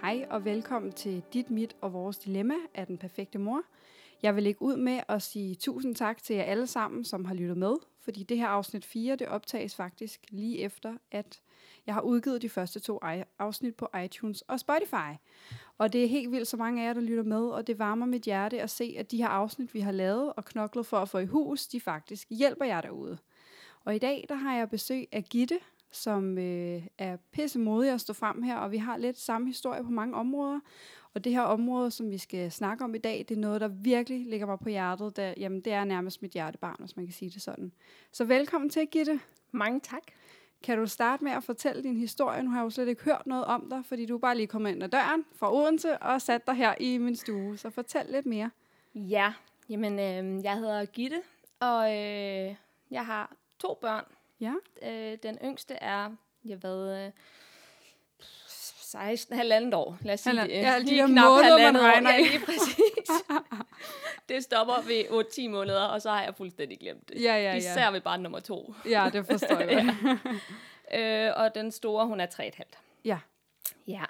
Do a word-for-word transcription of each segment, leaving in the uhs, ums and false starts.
Hej og velkommen til Dit, Mit og Vores Dilemma af Den Perfekte Mor. Jeg vil lægge ud med at sige tusind tak til jer alle sammen, som har lyttet med, fordi det her afsnit fire, det optages faktisk lige efter, at jeg har udgivet de første to afsnit på iTunes og Spotify. Og det er helt vildt så mange af jer, der lytter med, og det varmer mit hjerte at se, at de her afsnit, vi har lavet og knoklet for at få i hus, de faktisk hjælper jer derude. Og i dag, der har jeg besøg af Gitte, som øh, er pissemodig at stå frem her, og vi har lidt samme historie på mange områder. Og det her område, som vi skal snakke om i dag, det er noget, der virkelig ligger mig på hjertet. Der, jamen, det er nærmest mit hjertebarn, hvis man kan sige det sådan. Så velkommen til, Gitte. Mange tak. Kan du starte med at fortælle din historie? Nu har jeg jo slet ikke hørt noget om dig, fordi du bare lige kom ind ad døren fra Odense og sat dig her i min stue. Så fortæl lidt mere. Ja, jamen øh, jeg hedder Gitte, og øh, jeg har to børn. Ja. Øh, den yngste er, jeg ved, øh, seksten, halvandet år. Lad os sige Halland. det. Ja, de lige der knap måneder, man halvandet år. regner i. Ja, lige præcis. Det stopper ved otte til ti måneder, og så har jeg fuldstændig glemt det. Ja, ja, ja. Især ved barn nummer to. Ja, det forstår jeg godt. ja. øh, og den store, hun er tre et halvt. Ja. Ja.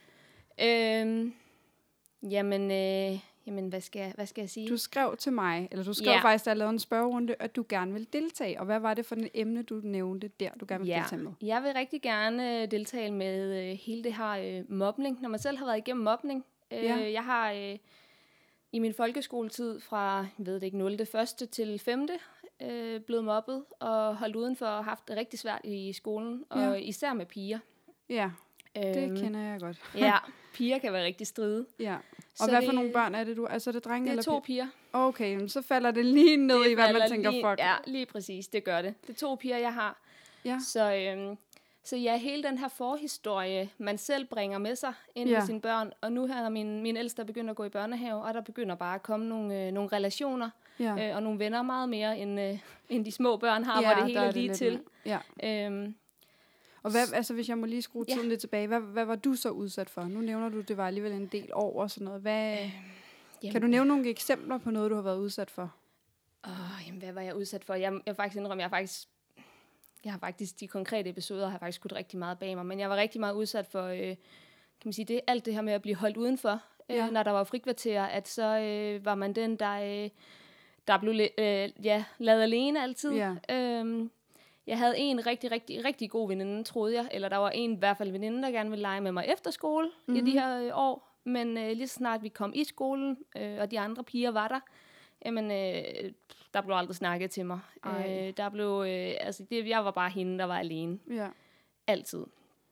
Øh, jamen... Øh, Jamen, hvad skal, jeg, hvad skal jeg sige? Du skrev til mig, eller du skrev ja. faktisk, da jeg lavede en spørgerunde, at du gerne vil deltage. Og hvad var det for et emne, du nævnte der, du gerne vil ja. deltage med? Jeg vil rigtig gerne deltage med øh, hele det her øh, mobning. Når man selv har været igennem mobning. Øh, ja. Jeg har øh, i min folkeskoletid fra, jeg ved det ikke, nul første til femte øh, blevet mobbet og holdt udenfor og haft det rigtig svært i skolen. Og ja. især med piger. Ja, det øhm, kender jeg godt. ja, piger kan være rigtig stride. Ja. Og så hvad det, for nogle børn er det, du? Altså er det drenge det er eller to piger. Okay, så falder det lige ned det i, hvad man tænker, lige, fuck. Ja, lige præcis, det gør det. Det er to piger, jeg har. Ja. Så, øhm, så ja, hele den her forhistorie, man selv bringer med sig ind ja. med sine børn. Og nu her min, min ældste begyndt at gå i børnehave, og der begynder bare at komme nogle, øh, nogle relationer ja. øh, og nogle venner meget mere, end, øh, end de små børn har, ja, hvor det hele er er lige til. Ja. Øhm, Og hvad, altså, hvis jeg må lige skrue tiden ja. lidt tilbage, hvad, hvad var du så udsat for? Nu nævner du, det var alligevel en del år og sådan noget. Hvad, øh, kan du nævne nogle eksempler på noget, du har været udsat for? Åh, jamen, hvad var jeg udsat for? Jeg, jeg faktisk indrømme, jeg har faktisk, jeg har faktisk, de konkrete episoder har faktisk skudt rigtig meget bag mig, men jeg var rigtig meget udsat for, øh, kan man sige, det, alt det her med at blive holdt udenfor, ja. øh, når der var frikvarterer, at så øh, var man den, der, øh, der blev øh, ja, lavet alene altid. Ja. Øhm, Jeg havde en rigtig, rigtig, rigtig god veninde, troede jeg. Eller der var en i hvert fald veninde, der gerne ville lege med mig efter skole mm-hmm. i de her øh, år. Men øh, lige så snart vi kom i skolen, øh, og de andre piger var der, jamen, øh, der blev aldrig snakket til mig. Øh, der blev, øh, altså, det, jeg var bare hende, der var alene. Ja. Altid.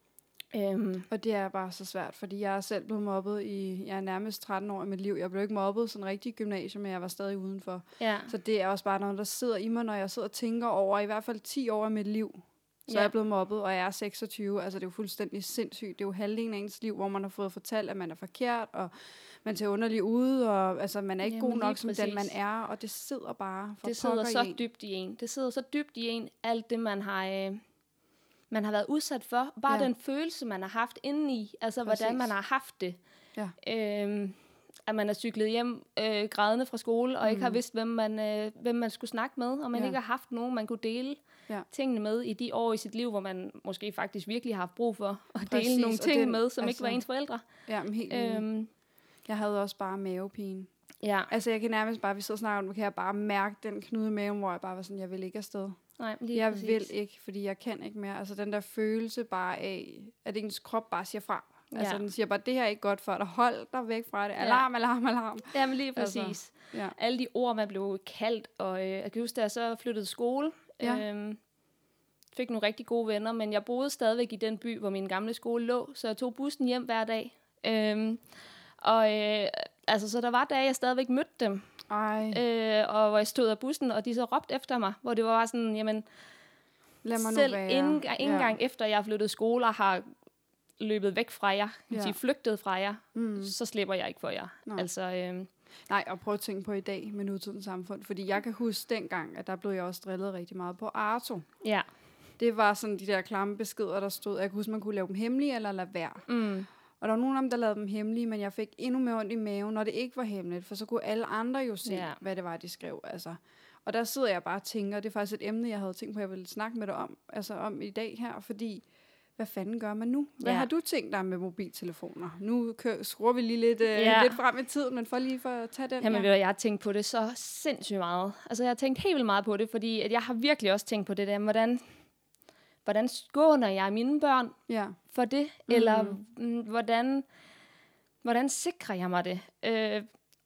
Um, og det er bare så svært, fordi jeg er selv blevet mobbet i, jeg er nærmest tretten år i mit liv. Jeg blev ikke mobbet sådan rigtig i gymnasium, men jeg var stadig udenfor. Ja. Så det er også bare noget, der sidder i mig, når jeg sidder og tænker over, i hvert fald ti år af mit liv, så ja. er jeg blevet mobbet, og jeg er seksogtyve. Altså det er jo fuldstændig sindssygt. Det er jo halvdelen af ens liv, hvor man har fået fortalt, at man er forkert, og man ser underligt ud, og altså man er ikke Jamen, god nok som præcis. den, man er, og det sidder bare for Det sidder så i dybt i en. Det sidder så dybt i en, alt det, man har... Øh man har været udsat for. Bare ja. den følelse, man har haft indeni. Altså, Præcis. hvordan man har haft det. Ja. Øhm, at man er cyklet hjem øh, grædende fra skole, og mm. ikke har vidst, hvem man, øh, hvem man skulle snakke med, og man ja. ikke har haft nogen, man kunne dele ja. tingene med i de år i sit liv, hvor man måske faktisk virkelig har haft brug for at Præcis. dele nogle ting den, med, som altså, ikke var ens forældre. Ja, men helt øhm, jeg havde også bare mavepine. Ja. Altså, jeg kan nærmest bare, vi sidder og snakker om, nu kan jeg bare mærke den knude i maven, hvor jeg bare var sådan, jeg vil ikke afsted. Nej, lige jeg præcis. vil ikke, fordi jeg kan ikke mere. Altså den der følelse bare af, at ens krop bare siger fra. Altså ja. den siger bare, det her er ikke godt for dig. Hold dig væk fra det. Alarm, ja. alarm, alarm. Jamen lige præcis. Altså, ja. Alle de ord, man blev kaldt. Og øh, jeg kan huske, da jeg så flyttede skole. Ja. Øhm, fik nogle rigtig gode venner. Men jeg boede stadigvæk i den by, hvor min gamle skole lå. Så jeg tog bussen hjem hver dag. Øhm, og øh, altså, så der var dage, jeg stadigvæk mødte dem. Øh, og hvor jeg stod af bussen, og de så råbte efter mig, hvor det var bare sådan, jamen, lad mig selv nu være. Inden, ikke ja. engang efter jeg flyttede skole og har løbet væk fra jer, ja. de flygtet fra jer, mm. så slipper jeg ikke for jer. Nej. Altså, øh, Nej, og prøv at tænke på i dag med nutidens samfund, fordi jeg kan huske dengang, at der blev jeg også drillet rigtig meget på Arto. Ja. Det var sådan de der klamme beskeder, der stod, jeg kan huske, man kunne lave dem hemmelige eller lade være. Mm. Og der var nogen af dem, der lavede dem hemmelige, men jeg fik endnu mere ondt i maven, når det ikke var hemmeligt, for så kunne alle andre jo se, ja. hvad det var, de skrev. Altså. Og der sidder jeg bare og tænker, det er faktisk et emne, jeg havde tænkt på, at jeg ville snakke med dig om, altså om i dag her, fordi hvad fanden gør man nu? Hvad ja. har du tænkt dig med mobiltelefoner? Nu kø- skruer vi lige lidt, øh, ja. lidt frem i tiden, men for lige for at tage den. Jamen, ja. ved du, jeg har tænkt på det så sindssygt meget. Altså, jeg har tænkt helt vildt meget på det, fordi at jeg har virkelig også tænkt på det der, hvordan, hvordan skåner jeg mine børn ja. for det? Mm. Eller mm, hvordan, hvordan sikrer jeg mig det? Øh,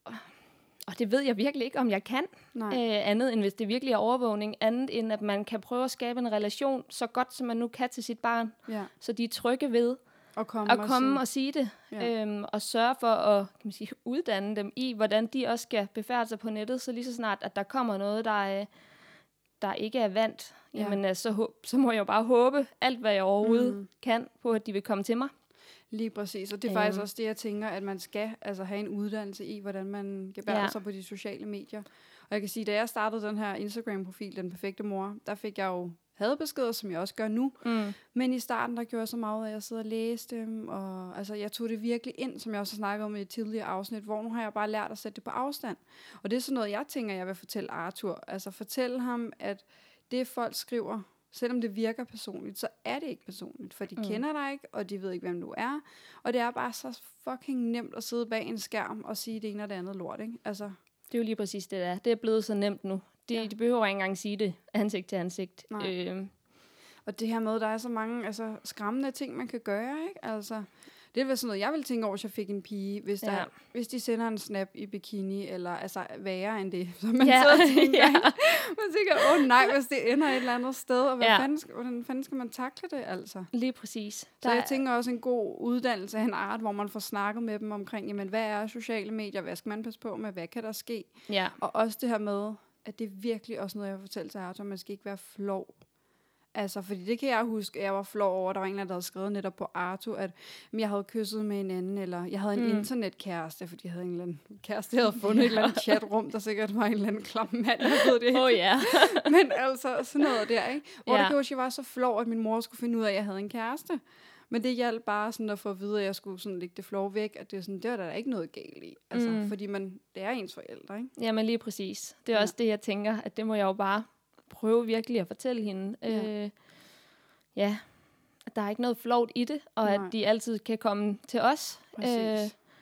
og det ved jeg virkelig ikke, om jeg kan. Øh, andet end hvis det virkelig er overvågning. Andet end, at man kan prøve at skabe en relation så godt, som man nu kan til sit barn. Ja. Så de er trygge ved at komme, at og, komme sige. og sige det. Ja. Øhm, og sørge for at kan man sige, uddanne dem i, hvordan de også skal befærde sig på nettet. Så lige så snart, at der kommer noget, der, er, der ikke er vant, ja. jamen, så, så må jeg jo bare håbe alt, hvad jeg overhovedet mm. kan, på at de vil komme til mig. Lige præcis, og det er øhm. faktisk også det, jeg tænker, at man skal altså have en uddannelse i, hvordan man gebærder ja. sig på de sociale medier. Og jeg kan sige, da jeg startede den her Instagram-profil, Den Perfekte Mor, der fik jeg jo hadbeskeder, som jeg også gør nu. Mm. Men i starten, der gjorde jeg så meget ud af, at jeg sidder og læste dem, og altså, jeg tog det virkelig ind, som jeg også har snakket om i et tidligere afsnit, hvor nu har jeg bare lært at sætte det på afstand. Og det er sådan noget, jeg tænker, jeg vil fortælle Arthur. Altså fortælle ham, at det folk skriver, selvom det virker personligt, så er det ikke personligt, for de mm. kender dig ikke, og de ved ikke, hvem du er. Og det er bare så fucking nemt at sidde bag en skærm og sige det ene og det andet lort, ikke? Altså. Det er jo lige præcis det der. Det er blevet så nemt nu. De, ja. de behøver ikke engang sige det ansigt til ansigt. Øh. Og det her med, der er så mange altså, skræmmende ting, man kan gøre, ikke? Altså, det er vel sådan noget, jeg ville tænke over, hvis jeg fik en pige, hvis, der, ja. hvis de sender en snap i bikini, eller altså værre end det, så man ja. sidder og tænker, ja. man tænker, åh oh, nej, hvis det ender et eller andet sted, og hvad ja. fanden, hvordan fanden skal man takle det, altså? Lige præcis. Så der jeg tænker også en god uddannelse af en art, hvor man får snakket med dem omkring, jamen, hvad er sociale medier, hvad skal man passe på med, hvad kan der ske? Ja. Og også det her med, at det er virkelig også noget, jeg har fortalt til Arthur, man skal ikke være flov. Altså, fordi det kan jeg huske, jeg var flov over, der var en, der havde skrevet netop på Arthur, at jeg havde kysset med en anden, eller jeg havde en mm. internetkæreste, fordi jeg havde en eller anden kæreste, jeg havde fundet et eller andet chatrum, der sikkert var en eller anden klam mand, jeg ved det ikke. Oh, yeah. Men altså, sådan noget der, ikke? Hvor yeah. det gjorde, at jeg var så flov, at min mor skulle finde ud af, at jeg havde en kæreste. Men det hjalp bare sådan at få at vide, at jeg skulle sådan lægge det flov væk, at det er sådan, det var der ikke noget galt i. Altså, mm. fordi man, det er ens forældre, ikke? Jamen lige præcis. Det er ja. også det, jeg tænker, at det må jeg jo bare prøve virkelig at fortælle hende. Ja. Øh, ja, at der er ikke noget flovt i det, og Nej. at de altid kan komme til os øh,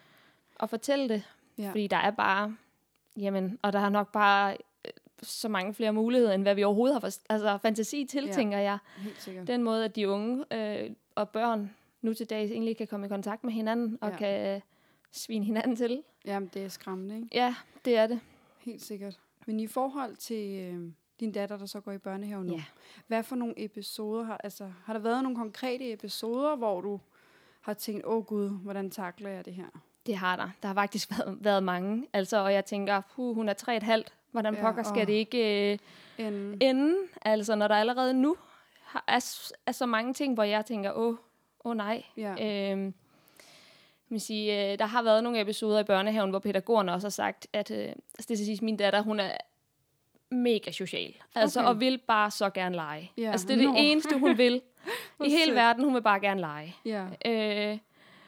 og fortælle det. Ja. Fordi der er bare, jamen, og der er nok bare øh, så mange flere muligheder, end hvad vi overhovedet har for, altså, fantasi til, ja. tænker jeg. Helt sikkert. Den måde, at de unge øh, og børn nu til dags egentlig kan komme i kontakt med hinanden, og ja. kan øh, svine hinanden til. Jamen, det er skræmmende, ikke? Ja, det er det. Helt sikkert. Men i forhold til øh, din datter, der så går i børnehave nu, ja. hvad for nogle episoder, har, altså, har der været nogle konkrete episoder, hvor du har tænkt, åh oh, gud, hvordan takler jeg det her? Det har der. Der har faktisk været, været mange. Altså, og jeg tænker, puh, hun er tre og et halvt. Hvordan ja, pokker skal åh. det ikke øh, ende? ende? Altså, når der allerede nu er, er så mange ting, hvor jeg tænker, åh, åh nej. Ja. Øhm, man sige, øh, der har været nogle episoder i børnehaven, hvor pædagogerne også har sagt, at øh, altså, det er sige, min datter, hun er mega social. Altså, okay. og vil bare så gerne lege. Yeah. Altså, det er no. det eneste, hun vil. I hele sødt. verden, hun vil bare gerne lege. Yeah. Øh,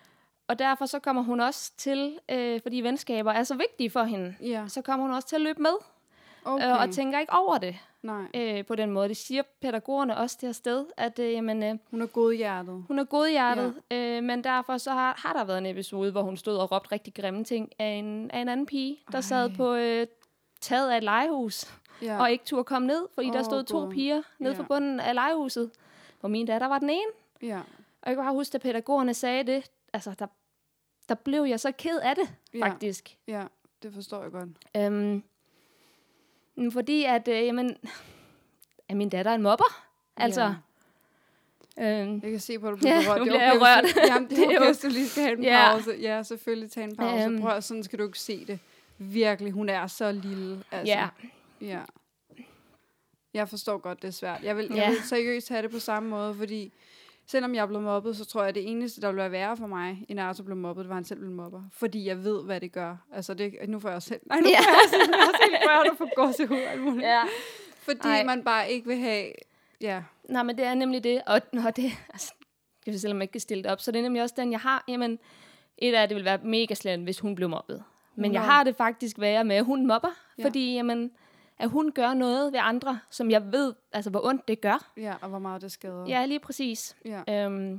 og derfor så kommer hun også til, øh, fordi venskaber er så vigtige for hende, yeah. så kommer hun også til at løbe med. Okay. Øh, og tænker ikke over det. Nej. Øh, på den måde. Det siger pædagogerne også det her sted, at øh, jamen, øh, hun er godhjertet. Hun er godhjertet, ja. øh, men derfor så har, har der været en episode, hvor hun stod og råbte rigtig grimme ting af en, af en anden pige, der Ej. sad på øh, taget af et legehus, ja. og ikke turde komme ned, fordi oh, der stod to God. piger nede ja. for bunden af legehuset, hvor min datter var den ene. Ja. Og jeg kan bare huske, at pædagogerne sagde det, altså der, der blev jeg så ked af det, ja. faktisk. Ja, det forstår jeg godt. Øhm, fordi at, øh, jamen, er min datter en mobber? Altså, ja. øhm, jeg kan se på, at du bliver ja, rørt. Nu det bliver jeg okay, rørt. Så, jamen, det er okay, hvis du lige skal have en ja. pause. Ja, selvfølgelig tage en pause. Øhm, Prøv, sådan skal du ikke se det. Virkelig, hun er så lille. Altså. Ja. ja. Jeg forstår godt, det er svært. Jeg vil, ja. jeg vil seriøst have det på samme måde, fordi selvom jeg er blevet mobbet, så tror jeg, at det eneste, der ville være værre for mig, end Arthur blev mobbet, det var, han selv blev mobber. Fordi jeg ved, hvad det gør. Altså, det, nu får jeg selv... Nej, nu ja. får jeg selv, jeg selv rørt at få gåsehud. Ja. Fordi Ej. man bare ikke vil have... Ja. Nej, men det er nemlig det. Og når det... Altså, selvom jeg ikke kan stille det op, så det er nemlig også den, jeg har. Jamen, et af det vil være mega slemt, hvis hun blev mobbet. Men Nå. jeg har det faktisk værre med, at hun mobber. Ja. Fordi, jamen... at hun gør noget ved andre, som jeg ved, altså hvor ondt det gør. Ja, og hvor meget det skader. Ja, lige præcis. Ja. Øhm,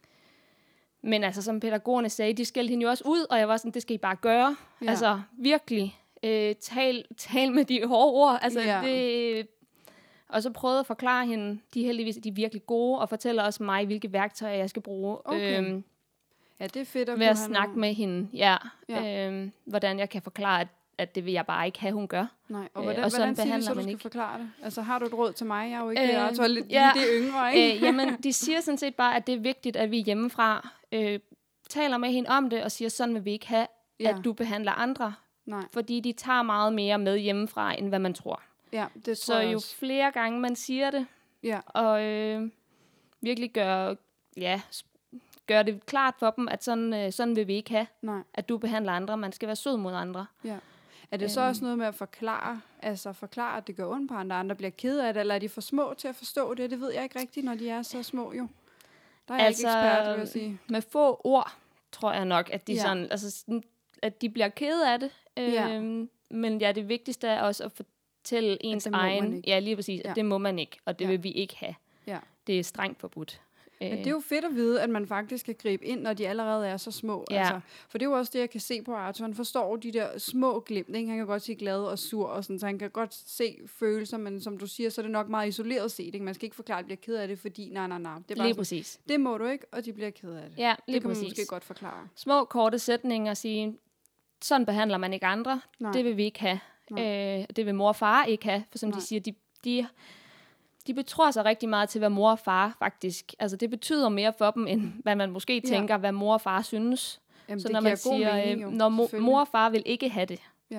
men altså, som pædagogerne sagde, de skældte hende jo også ud, og jeg var sådan, det skal I bare gøre. Ja. Altså, virkelig. Øh, tal, tal med de hårde ord. Altså, Ja. det... Og så prøvede at forklare hende, de er heldigvis de er virkelig gode, og fortæller også mig, hvilke værktøjer jeg skal bruge. Okay. Øhm, Ja, det er fedt at ved kunne at have snakke nogle- med hende, ja. Ja. Øhm, hvordan jeg kan forklare, at, at det vil jeg bare ikke have, hun gør. Nej, og Øh, hvordan, og sådan hvordan siger de behandler så, du man skal ikke. forklare det? Altså, har du et råd til mig? Jeg er jo ikke øh, Øh, jeg er lidt ja. lige det yngre, ikke? Øh, jamen, de siger sådan set bare, at det er vigtigt, at vi hjemmefra øh, taler med hende om det, og siger, sådan vil vi ikke have, Ja. at du behandler andre. Nej, Fordi de tager meget mere med hjemmefra, end hvad man tror. ja, det tror Så jeg jo også. flere gange man siger det, Ja, og øh, virkelig gør, ja, s- gør det klart for dem, at sådan, øh, sådan vil vi ikke have, nej, at du behandler andre. Man skal være sød mod andre. ja. Er det så Øhm. også noget med at forklare, altså forklare, at det gør ondt på andre, andre bliver ked af det, eller er de for små til at forstå det? Det ved jeg ikke rigtigt, når de er så små jo. Der er jeg Altså, ikke ekspert, vil jeg sige. Med få ord, tror jeg nok, at de, Ja. sådan, altså, sådan, at de bliver kede af det. Ja. Øhm, men ja, det vigtigste er også at fortælle ens det må man egen... ikke. Ja, lige præcis. Ja. At det må man ikke, og det Ja. vil vi ikke have. Ja. Det er strengt forbudt. Men det er jo fedt at vide, at man faktisk skal gribe ind, når de allerede er så små. Ja. Altså, for det er jo også det, jeg kan se på Arthur. Han forstår de der små glimt. Ikke? Han kan godt sige glad og sur, og sådan, så han kan godt se følelser, men som du siger, så er det nok meget isoleret set. Ikke? Man skal ikke forklare, at de bliver ked af det, fordi nej, nej, nej. Det er bare Lige sådan, præcis. det må du ikke, og de bliver ked af det. Ja, lige det kan præcis. man måske godt forklare. Små, korte sætninger og sige, sådan behandler man ikke andre. Nej. Det vil vi ikke have. Nej. Øh, det vil mor og far ikke have. For som Nej. de siger, de, de, de betror sig rigtig meget til, hvad mor og far faktisk... Altså, det betyder mere for dem, end hvad man måske Ja. tænker, hvad mor og far synes. Jamen, Så det når giver man god siger, mening, øh, jo. når mo- Selvfølgelig. mor og far vil ikke have det, Ja.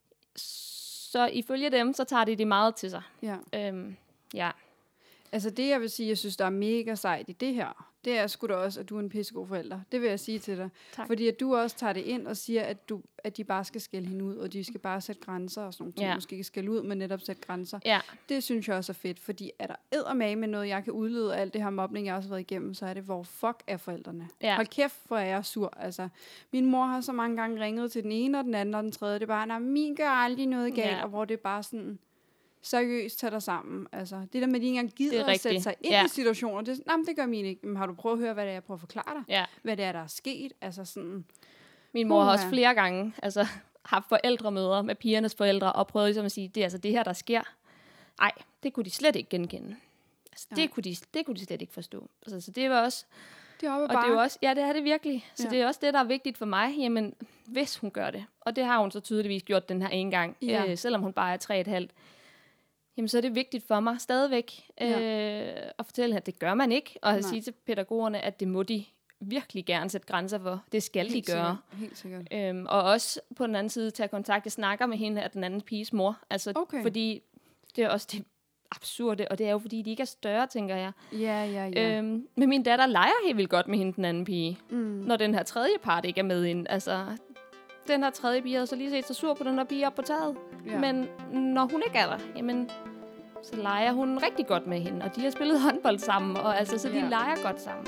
så ifølge dem, så tager de det meget til sig. Ja. Øhm, ja. Altså det, jeg vil sige, jeg synes, der er mega sejt i det her, det er sgu da også, at du er en pissegod forælder. Det vil jeg sige til dig. Tak. Fordi at du også tager det ind og siger, at, du, at de bare skal skælde hende ud, og de skal bare sætte grænser og sådan nogle ting. Ja. Måske ikke skælde ud, men netop sætte grænser. Ja. Det synes jeg også er fedt, fordi er der eddermame med noget, jeg kan udlede af alt det her mobning, jeg også har været igennem, så er det, hvor fuck er forældrene? Ja. Hold kæft, hvor er jeg sur. Altså, min mor har så mange gange ringet til den ene og den anden og den tredje. Det er bare, nej, min gør aldrig noget galt, Ja. og hvor det er bare sådan... seriøst tage dig sammen. Altså, det der med, at de ikke engang gider Det er at rigtigt. sætte sig ind Ja. i situationer, det, nej, men det gør mine ikke. Men har du prøvet at høre, hvad det er, jeg prøver at forklare dig? Ja. Hvad det er, der er sket? Altså sådan, Min mor har også Puha. flere gange altså, haft forældremøder med pigernes forældre, og prøvet ligesom at sige, det er altså det her, der sker. Nej, det kunne de slet ikke genkende. Altså, Nej. det, kunne de, det kunne de slet ikke forstå. Altså, så det var også... det er oppe Og det er jo også, ja, det er det virkelig. Så Ja. ja. det er også det, der er vigtigt for mig. Jamen, hvis hun gør det, og det har hun så tydeligvis gjort den her ene gang, Ja. øh, selvom hun bare er tre og et halvt, jamen så er det vigtigt for mig stadigvæk Ja. øh, at fortælle, at det gør man ikke, og at Nej. sige til pædagogerne, at det må de virkelig gerne sætte grænser for. Det skal helt de gøre. Sikkert. Helt sikkert. Øhm, og også på den anden side tage kontakt. Jeg snakker med hende af den anden piges mor. Altså, Okay. fordi det er også det absurde, og det er jo fordi, de ikke er større, tænker jeg. Ja, ja, ja. Øhm, men min datter leger helt vildt godt med hende, den anden pige. Mm. Når den her tredje part ikke er med ind. Altså, den her tredje pige havde så lige set så sur på den her pige op på taget. Ja. Men når hun ikke er der, jamen, så leger hun rigtig godt med hende. Og de har spillet håndbold sammen, og altså, så de Ja. leger godt sammen.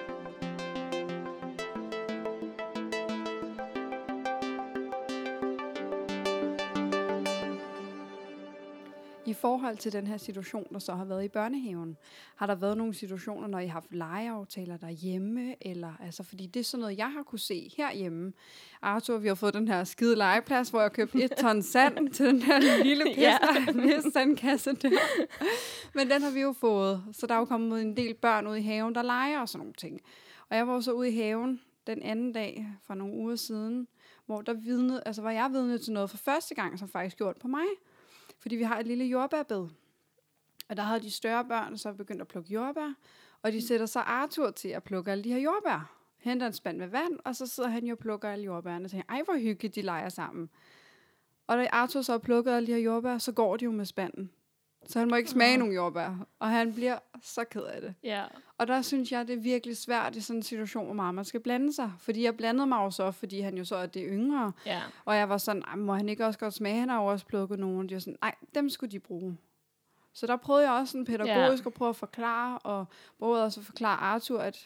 I forhold til den her situation, der så har været i børnehaven, har der været nogle situationer, når I har haft legeaftaler derhjemme, eller altså, fordi det er sådan noget, jeg har kunne se herhjemme. Arthur, vi har fået den her skide legeplads, hvor jeg købte et ton sand til den her lille Ja. pisse sandkasse der. Men den har vi jo fået, så der er jo kommet en del børn ud i haven, der leger og sådan nogle ting. Og jeg var jo så ude i haven den anden dag for nogle uger siden, hvor der vidnede, altså var jeg vidne til noget for første gang, som faktisk gjort på mig. Fordi vi har et lille jordbærbed. Og der havde de større børn så begyndt at plukke jordbær. Og de sætter så Arthur til at plukke alle de her jordbær. Henter en spand med vand, og så sidder han jo og plukker alle jordbærne. Og tænker, ej hvor hyggeligt, de leger sammen. Og da Arthur så har plukket alle de her jordbær, så går de jo med spanden. Så han må ikke smage Åh. nogen jordbær. Og han bliver så ked af det. Ja. Og der synes jeg, det er virkelig svært i sådan en situation, hvor meget man skal blande sig. Fordi jeg blandede mig jo så, fordi han jo så er det yngre. Ja. Og jeg var sådan, "Ej, må han ikke også godt smage? Han har jo også plukket nogen. De var sådan, nej, dem skulle de bruge. Så der prøvede jeg også sådan pædagogisk Ja. at prøve at forklare, og både også at forklare Arthur, at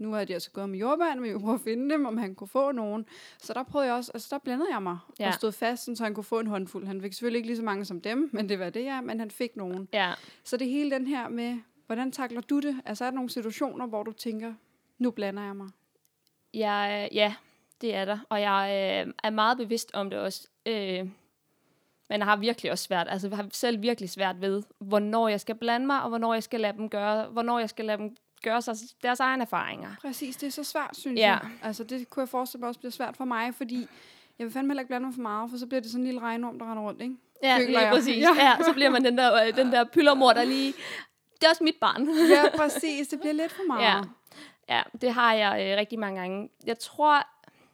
nu har de altså gået med jordbærne, men vi prøve at finde dem, om han kunne få nogen. Så der prøvede jeg også, altså der blandede jeg mig ja. og stod fast, så han kunne få en håndfuld. Han fik selvfølgelig ikke lige så mange som dem, men det var det, ja, men han fik nogen. Ja. Så det hele den her med, hvordan takler du det? Altså er der nogle situationer, hvor du tænker, nu blander jeg mig? Ja, ja det er der, og jeg øh, er meget bevidst om det også. Øh, men jeg har virkelig også svært, altså jeg har selv virkelig svært ved, hvornår jeg skal blande mig, og hvornår jeg skal lade dem gøre, hvornår jeg skal lade dem gøre sig deres egne erfaringer. Præcis, det er så svært, synes ja. jeg. Altså det kunne jeg forestille mig også bliver svært for mig, fordi jeg vil fandme heller ikke blande mig for meget, for så bliver det sådan en lille regnorm, der render rundt, ikke? Ja, lige præcis. Ja. ja, så bliver man den der, den der pyllermor, der lige, det er også mit barn. Ja, præcis, det bliver lidt for meget. Ja, ja det har jeg øh, rigtig mange gange. Jeg tror,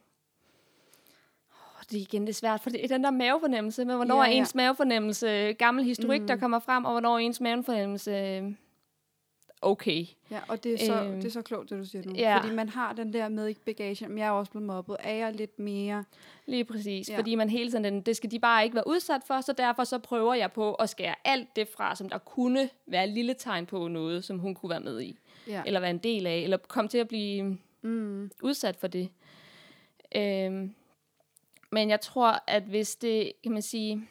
det er igen det er svært, for det er den der mavefornemmelse med, hvornår ja, ja. er ens mavefornemmelse gammel historik, mm. der kommer frem, og hvornår er ens mavefornemmelse okay. Ja, og det er så, øhm, det er så klogt, det du siger nu. Ja. Fordi man har den der med ikke bagage, men jeg er også blevet mobbet. Er jeg lidt mere... Lige præcis, ja. Fordi man hele tiden, det skal de bare ikke være udsat for, så derfor så prøver jeg på at skære alt det fra, som der kunne være et lille tegn på noget, som hun kunne være med i. Ja. Eller være en del af, eller komme til at blive mm. udsat for det. Øhm, men jeg tror, at hvis det, kan man sige...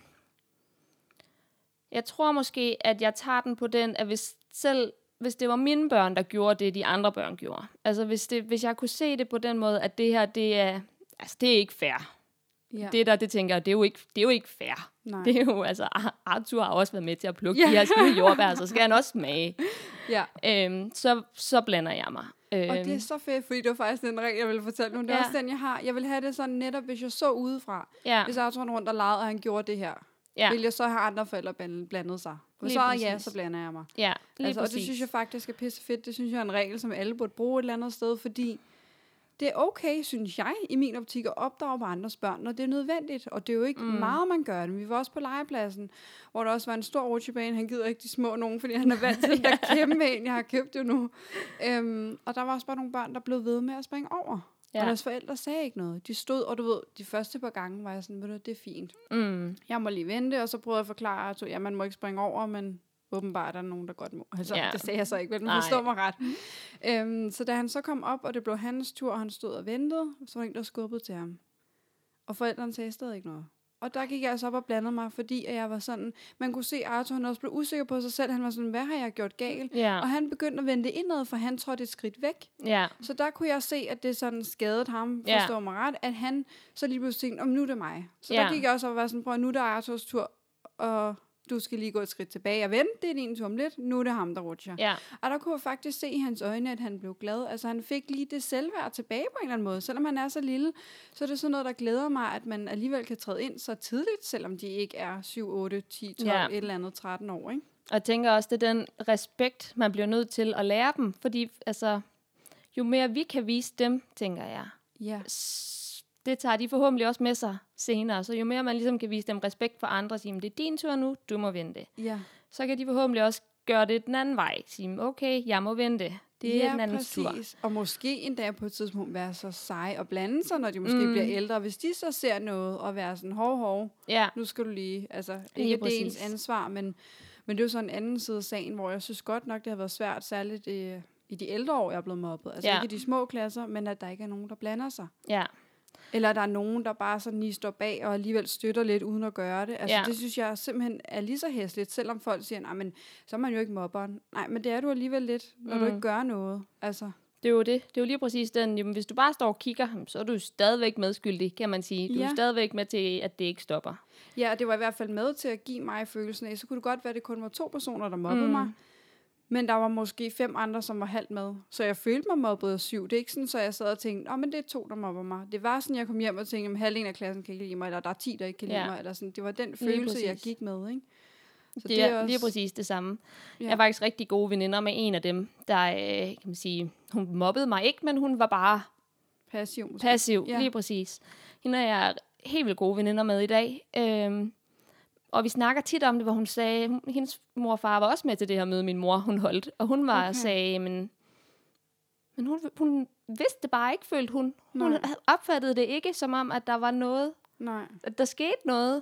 Jeg tror måske, at jeg tager den på den, at hvis selv... Hvis det var mine børn, der gjorde det, de andre børn gjorde. Altså, hvis, det, hvis jeg kunne se det på den måde, at det her, det er, altså, det er ikke fair. Ja. Det der, det tænker jeg, det er jo ikke, det er jo ikke fair. Nej. Det er jo, altså, Arthur har også været med til at plukke ja. de her skide jordbær, så skal han også smage. Ja. Øhm, så, så blander jeg mig. Øhm. Og det er så fedt, fordi det var faktisk den regel, jeg ville fortælle nu. Det er ja. også den, jeg har. Jeg vil have det sådan netop, hvis jeg så udefra. Ja. Hvis Arthur rundt og legede, og han gjorde det her. Ja. Vil jeg så have andre forældre blandet sig? Hvis så ja, så blander jeg mig. Ja, altså, og det synes jeg faktisk er pisse fedt. Det synes jeg er en regel, som alle burde bruge et eller andet sted, fordi det er okay, synes jeg, i min optik, at opdrage på andres børn, når det er nødvendigt. Og det er jo ikke mm. meget, man gør det. Vi var også på legepladsen, hvor der også var en stor rutsjebane. Han gider ikke de små nogen, fordi han er vant til den der kæmpe en, jeg har købt jo nu. Øhm, og der var også bare nogle børn, der blev ved med at springe over. Ja. Og deres forældre sagde ikke noget. De stod, og du ved, de første par gange var jeg sådan, ved du, det er fint. Mm. Jeg må lige vente, og så prøvede jeg at forklare, at ja, man må ikke springe over, men åbenbart er der nogen, der godt må. Altså, ja. Det sagde jeg så ikke, men man forstår mig ret. øhm, så da han så kom op, og det blev hans tur, og han stod og ventede, så var en, der skubbede til ham. Og forældrene sagde stadig ikke noget. Og der gik jeg altså op og blandede mig, fordi at jeg var sådan, man kunne se, at Arthur han også blev usikker på sig selv. Han var sådan, hvad har jeg gjort galt? Yeah. Og han begyndte at vende indad, for han trådte et skridt væk. Yeah. Så der kunne jeg se, at det sådan skadede ham, forstår yeah. mig ret, at han så lige pludselig tænkte, om nu er det mig. Så yeah. der gik jeg også op og var sådan, prøv nu er det Arthurs tur, og du skal lige gå et skridt tilbage og vente, det er din tur om lidt, nu er det ham, der rutscher. Ja. Og der kunne jeg faktisk se i hans øjne, at han blev glad. Altså han fik lige det selvværd tilbage på en eller anden måde. Selvom han er så lille, så er det sådan noget, der glæder mig, at man alligevel kan træde ind så tidligt, selvom de ikke er syv, otte, ti, tolv, ja. et eller andet tretten år, ikke? Og jeg tænker også, det er den respekt, man bliver nødt til at lære dem, fordi altså, jo mere vi kan vise dem, tænker jeg, ja. det tager de forhåbentlig også med sig senere. Så jo mere man ligesom kan vise dem respekt for andre, sige, det er din tur nu, du må vente. Ja. Så kan de forhåbentlig også gøre det den anden vej. Sige, okay, jeg må vente. Det er ja, den andens tur. Og måske endda på et tidspunkt være så sej og blande sig, når de måske mm. bliver ældre. Hvis de så ser noget og være sådan, hov, hov, ja. nu skal du lige, altså ikke det er ens ansvar, men, men det er jo sådan en anden side af sagen, hvor jeg synes godt nok, det har været svært, særligt i, i de ældre år, jeg er blevet mobbet. Altså ja. ikke i de små klasser, men at der ikke er nogen, der blander sig. Ja. Eller der er nogen, der bare sådan lige står bag og alligevel støtter lidt uden at gøre det. Altså ja. det synes jeg simpelthen er lige så hæsligt, selvom folk siger, nej, men så er man jo ikke mobberen. Nej, men det er du alligevel lidt, når mm. du ikke gør noget. Altså. Det er jo det. Det er jo lige præcis den, jamen, hvis du bare står og kigger, så er du stadigvæk medskyldig, kan man sige. Du ja. er stadigvæk med til, at det ikke stopper. Ja, og det var i hvert fald med til at give mig følelsen af, så kunne det godt være, at det kun var to personer, der mobbede mm. mig. Men der var måske fem andre, som var halvt med. Så jeg følte mig mobbet af syv. Det er ikke sådan, så jeg sad og tænkte, åh, oh, men det er to, der mobber mig. Det var sådan, jeg kom hjem og tænkte, at halvdelen af klassen kan ikke lide mig, eller der er ti, der ikke kan lide ja. mig. Eller sådan. Det var den følelse, jeg gik med, ikke? Så det, det er også lige præcis det samme. Ja. Jeg er faktisk rigtig gode veninder med en af dem, der, øh, kan man sige, hun mobbede mig ikke, men hun var bare passiv. Måske. Passiv, ja. Lige præcis. Hende er jeg helt vildt gode veninder med i dag. Øhm, Og vi snakker tit om det, hvor hun sagde, hendes mor og far var også med til det her møde, min mor hun holdt. Og hun var okay. sagde, men, men hun, hun vidste det bare ikke, følte hun. Nej. Hun opfattede det ikke, som om, at der var noget, Nej. at der skete noget.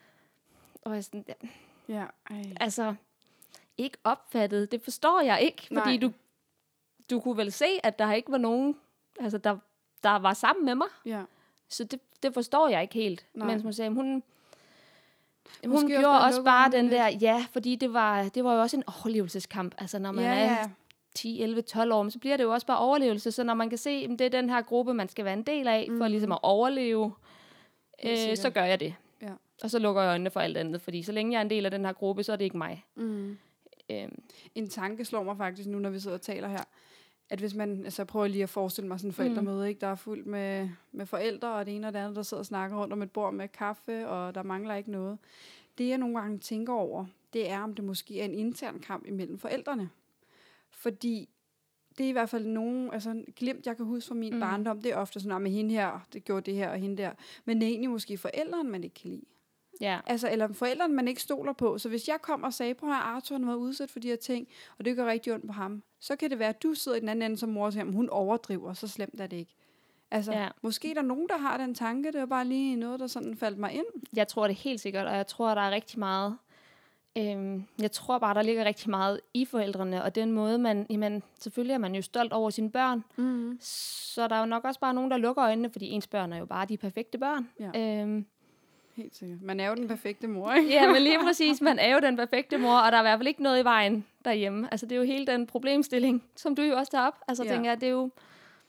Og jeg sådan, ja, ja, altså, ikke opfattet, det forstår jeg ikke, fordi du, du kunne vel se, at der ikke var nogen, altså der, der var sammen med mig. Ja. Så det, det forstår jeg ikke helt. Nej. Mens hun sagde, hun, hun Måske gjorde også bare også lukke bare øjnene den lidt. der, ja, fordi det var, det var jo også en overlevelseskamp. Altså når man Ja, er ja. ti, elleve, tolv år, så bliver det jo også bare overlevelse. Så når man kan se, at det er den her gruppe, man skal være en del af, mm. for ligesom at overleve, Helt øh, sikkert. så gør jeg det. Ja. Og så lukker jeg øjnene for alt andet, fordi så længe jeg er en del af den her gruppe, så er det ikke mig. Mm. Øhm, En tanke slår mig faktisk nu, når vi sidder og taler her, at hvis man, altså jeg prøver lige at forestille mig sådan en forældremøde, ikke? Der er fuldt med, med forældre, og det ene og det andet, der sidder og snakker rundt om et bord med kaffe, og der mangler ikke noget. Det jeg nogle gange tænker over, det er, om det måske er en intern kamp imellem forældrene. Fordi det er i hvert fald nogen, altså glimt, jeg kan huske fra min mm. barndom, det er ofte sådan, at med hende her, det gjorde det her og hende der. Men det er egentlig måske forældrene, man ikke kan lide. ja. Altså, eller forældrene, man ikke stoler på. Så hvis jeg kom og sagde, prøv at Arthur har været udsat for de her ting, og det gør rigtig ondt på ham, så kan det være, at du sidder i den anden ende som mor og siger, hun overdriver, så slemt er det ikke. Altså, Ja. måske er der nogen, der har den tanke, det er bare lige noget, der sådan faldt mig ind. Jeg tror det helt sikkert, og jeg tror, der er rigtig meget... Øhm, jeg tror bare, der ligger rigtig meget i forældrene, og den måde, man... Jamen, selvfølgelig er man jo stolt over sine børn, Mm. så der er jo nok også bare nogen, der lukker øjnene, fordi ens børn er jo bare de perfekte børn. Ja. Øhm, Helt sikkert. Man er jo den perfekte mor, ikke? ja, men lige præcis, man er jo den perfekte mor, og der er i hvert fald ikke noget i vejen derhjemme. Altså, det er jo hele den problemstilling, som du jo også tager op. Altså, Ja. tænker jeg, det er jo...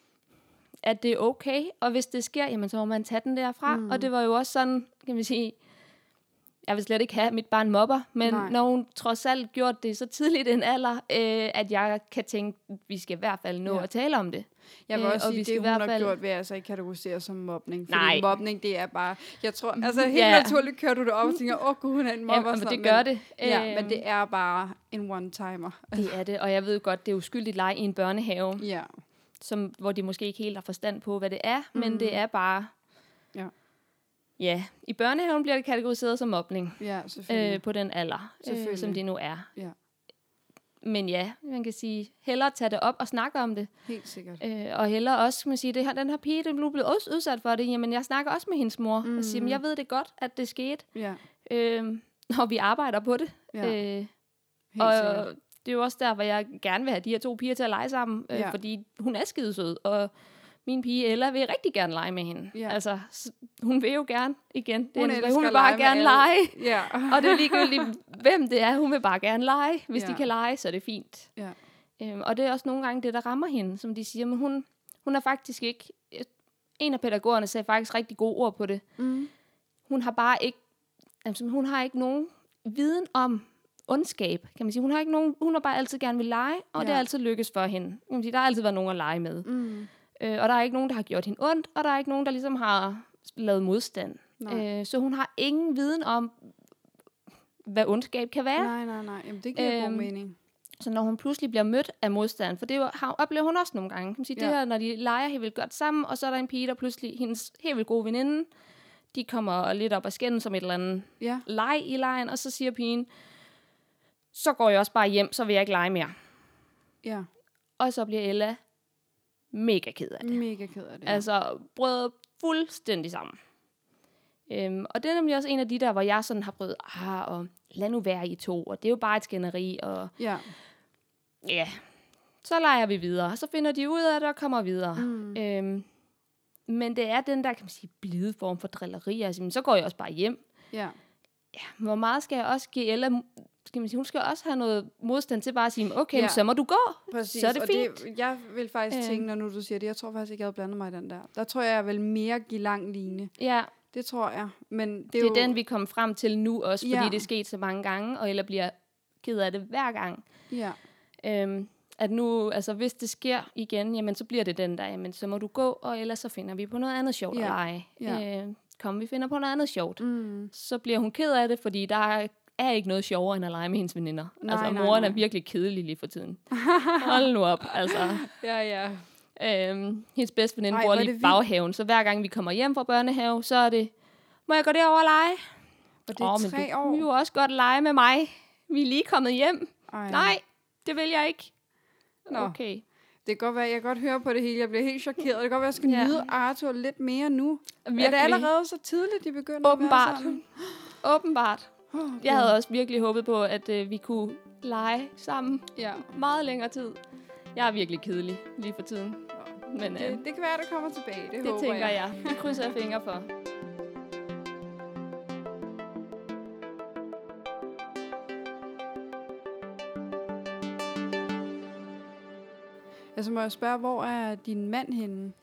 at det er okay, og hvis det sker, jamen så må man tage den derfra. Mm. Og det var jo også sådan, kan man sige, jeg vil slet ikke have, at mit barn mobber, men Nej. når hun trods alt gjort det så tidligt en alder, øh, at jeg kan tænke, vi skal i hvert fald nå Ja. at tale om det. Jeg vil Øh, også og sige, vi det skal i hun hvert har fald- gjort, vil jeg altså ikke kategorisere som mobning. Fordi Nej. mobning, det er bare, jeg tror, altså helt Ja. naturligt kører du det op og tænker, åh gud, hun er en mobber. Jamen, sådan, det gør det. Ja, Øh, men det er bare en one-timer. det er det, og jeg ved godt, det er uskyldigt leg i en børnehave, Ja. som, hvor de måske ikke helt har forstand på, hvad det er, mm. men det er bare... Ja. Ja, i børnehaven bliver det kategoriseret som mobning. Ja, selvfølgelig. Øh, på den alder, øh, Selvfølgelig. som det nu er. Ja. Men ja, man kan sige, hellere tage det op og snakke om det. Helt sikkert. Øh, og hellere også, kan man sige, det her, den her pige, den blev også udsat for det. Jamen, jeg snakker også med hendes mor, mm. og siger, men jeg ved det godt, at det skete. Ja, Øh, og vi arbejder på det. ja. Øh, helt og sikkert. det er jo også derfor, jeg gerne vil have de her to piger til at lege sammen. Øh, Ja. fordi hun er skidesød, og min pige Ella vil rigtig gerne lege med hende. Ja. Altså, s- hun vil jo gerne igen. Det Hun er, elsker hun vil at bare lege med gerne alle. lege. Ja. Og det er ligegyldigt, hvem det er. Hun vil bare gerne lege. Hvis Ja. de kan lege, så er det fint. Ja. Øhm, og det er også nogle gange det, der rammer hende, som de siger. Men hun, hun er faktisk ikke... En af pædagogerne sagde faktisk rigtig gode ord på det. Mm. Hun har bare ikke... Altså, hun har ikke nogen viden om ondskab, kan man sige. Hun har ikke nogen... Hun har bare altid gerne vil lege, og Ja. det har altid lykkes for hende. Kan man sige, der har altid været nogen at lege med. Mm. Øh, og der er ikke nogen, der har gjort hende ondt, og der er ikke nogen, der ligesom har lavet modstand. Nej. Øh, så hun har ingen viden om, hvad ondskab kan være. Nej, nej, nej. Jamen, det giver Øhm, god mening. Så når hun pludselig bliver mødt af modstand, for det er jo- har, oplever hun også nogle gange, kan man sige, Ja. det her, når de leger helt vildt godt sammen, og så er der en pige, der pludselig, hendes helt vildt gode veninde, de kommer lidt op og skændes som et eller andet Ja. leg i lejen, og så siger pigen, så går jeg også bare hjem, så vil jeg ikke lege mere. Ja. Og så bliver Ella mega ked af det. Mega ked af det. Ja. Altså brød fuldstændig sammen. Øhm, og det er nemlig også en af de der, hvor jeg sådan har prøvet, ah, og lad nu være i to, og det er jo bare et skænderi, og Ja. ja, så leger vi videre. Så finder de ud af det og kommer videre. Mm. Øhm, men det er den der, kan man sige, blide form for drilleri. Altså, men så går jeg også bare hjem. Ja. Ja, hvor meget skal jeg også give Ella, skal man sige, hun skal også have noget modstand til bare at sige, okay, Ja. ja. så må du gå. Præcis. Så er det og fint. Det, jeg vil faktisk Øhm. tænke, når nu du siger det, jeg tror faktisk ikke, jeg havde blandet mig i den der. Der tror jeg, jeg vil mere give lang line. Ja, Det tror jeg. Men det er, det er jo, den, vi kommer frem til nu også, fordi Ja. det er sket så mange gange, og Ella bliver ked af det hver gang. Ja. Øhm, at nu, altså hvis det sker igen, jamen så bliver det den der, jamen så må du gå, og ellers så finder vi på noget andet sjovt Ja. at lege. Ja. Øh, kom, vi finder på noget andet sjovt. Mm. Så bliver hun ked af det, fordi der er ikke noget sjovere, end at lege med hendes veninder. Nej, altså nej, moren nej. er virkelig kedelig lige for tiden. Hold nu op, altså. Ja, ja. Øhm, hendes bedste veninde Ej, bor hvor er lige det i vildt. baghaven, så hver gang vi kommer hjem fra børnehave, så er det, må jeg gå derover og lege? Og det er Åh, men tre du år. kunne jo også godt lege med mig. Vi er lige kommet hjem. Ej. Nej, det vil jeg ikke. Nå. Okay. Det kan godt være, jeg kan godt høre på det hele. Jeg bliver helt chokeret. Det kan godt være, jeg skal Ja. nyde Arthur lidt mere nu. Virkelig. Er det allerede så tidligt, de begynder Åbenbart. at være sammen? Åbenbart. Oh, Jeg havde også virkelig håbet på, at øh, vi kunne lege sammen Ja. meget længere tid. Jeg er virkelig kedelig lige for tiden. Men, det, øh, det kan være, det kommer tilbage. Det, det håber tænker jeg. jeg. Det krydser jeg fingre for. Altså må jeg spørge, hvor er din mand henne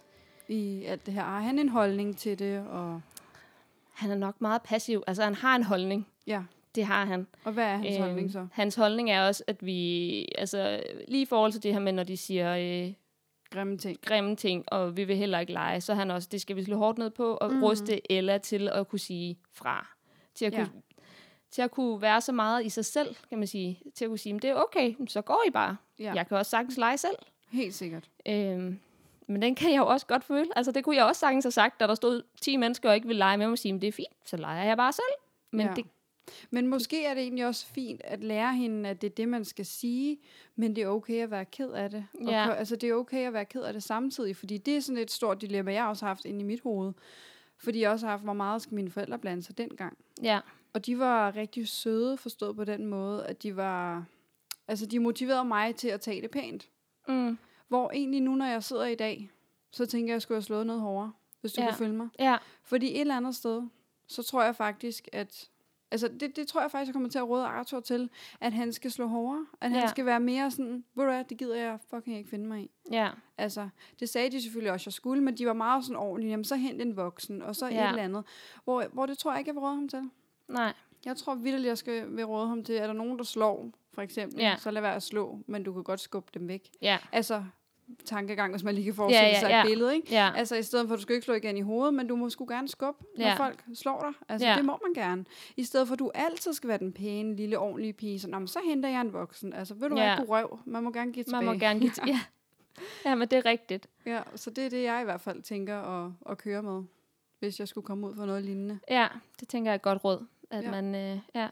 i alt det her? Har han en holdning til det? Og Han er nok meget passiv. Altså, han har en holdning. ja. Det har han. Og hvad er hans Øhm, holdning så? Hans holdning er også, at vi, altså lige i forhold til det her med, når de siger øh, Grimme ting. grimme ting, og vi vil heller ikke lege, så er han også, det skal vi slå hårdt ned på, og mm. ruste Ella til at kunne sige fra. Til at, Ja. kunne, til at kunne være så meget i sig selv, kan man sige. Til at kunne sige, det er okay, så går I bare. Ja. Jeg kan også sagtens lege selv. Helt sikkert. Øhm, men den kan jeg jo også godt føle. Altså det kunne jeg også sagtens have sagt, da der stod ti mennesker og ikke ville lege med mig, og sige, det er fint, så leger jeg bare selv. Men ja. det Men måske er det egentlig også fint at lære hende, at det er det, man skal sige, men det er okay at være ked af det. Og Ja. ko- altså, det er okay at være ked af det samtidig, fordi det er sådan et stort dilemma, jeg også har haft inde i mit hoved. Fordi jeg også har haft, hvor meget skal mine forældre blande sig dengang. Ja. Og de var rigtig søde, forstået på den måde, at de var... Altså, de motiverede mig til at tage det pænt. Mm. Hvor egentlig nu, når jeg sidder i dag, så tænker jeg, at jeg skulle have slået noget hårdere, hvis du Ja. kan følge mig. Ja. Fordi et eller andet sted, så tror jeg faktisk, at... Altså, det, det tror jeg faktisk, jeg kommer til at råde Arthur til, at han skal slå hårdere. At Ja. han skal være mere sådan, ved du hvad, det gider jeg fucking ikke finde mig i. Ja. Altså, det sagde de selvfølgelig også, jeg skulle, men de var meget sådan ordentlige. Jamen, så hent en voksen, og så Ja. et eller andet. Hvor, hvor det tror jeg ikke, jeg vil råde ham til. Nej. Jeg tror vildt, jeg skal vil råde ham til, er der nogen, der slår, for eksempel, Ja. så lad være at slå, men du kan godt skubbe dem væk. Ja. Altså, tankegang, hvis man lige kan forestille Ja, ja, sig ja. et billede, ikke? Ja. Altså, i stedet for, at du skal ikke slå igen i hovedet, men du må sgu gerne skubbe, når Ja. folk slår dig. Altså, Ja. det må man gerne. I stedet for, at du altid skal være den pæne, lille, ordentlige pige. Så, "Nå, men så henter jeg en voksen. Altså, ved du Ja. hvad, god røv. Man må gerne give tilbage. Man må gerne give til. Ja. Ja, men det er rigtigt. Ja, så det er det, jeg i hvert fald tænker at, at køre med, hvis jeg skulle komme ud for noget lignende. Ja, det tænker jeg er et godt råd. At Ja. man, øh, ja.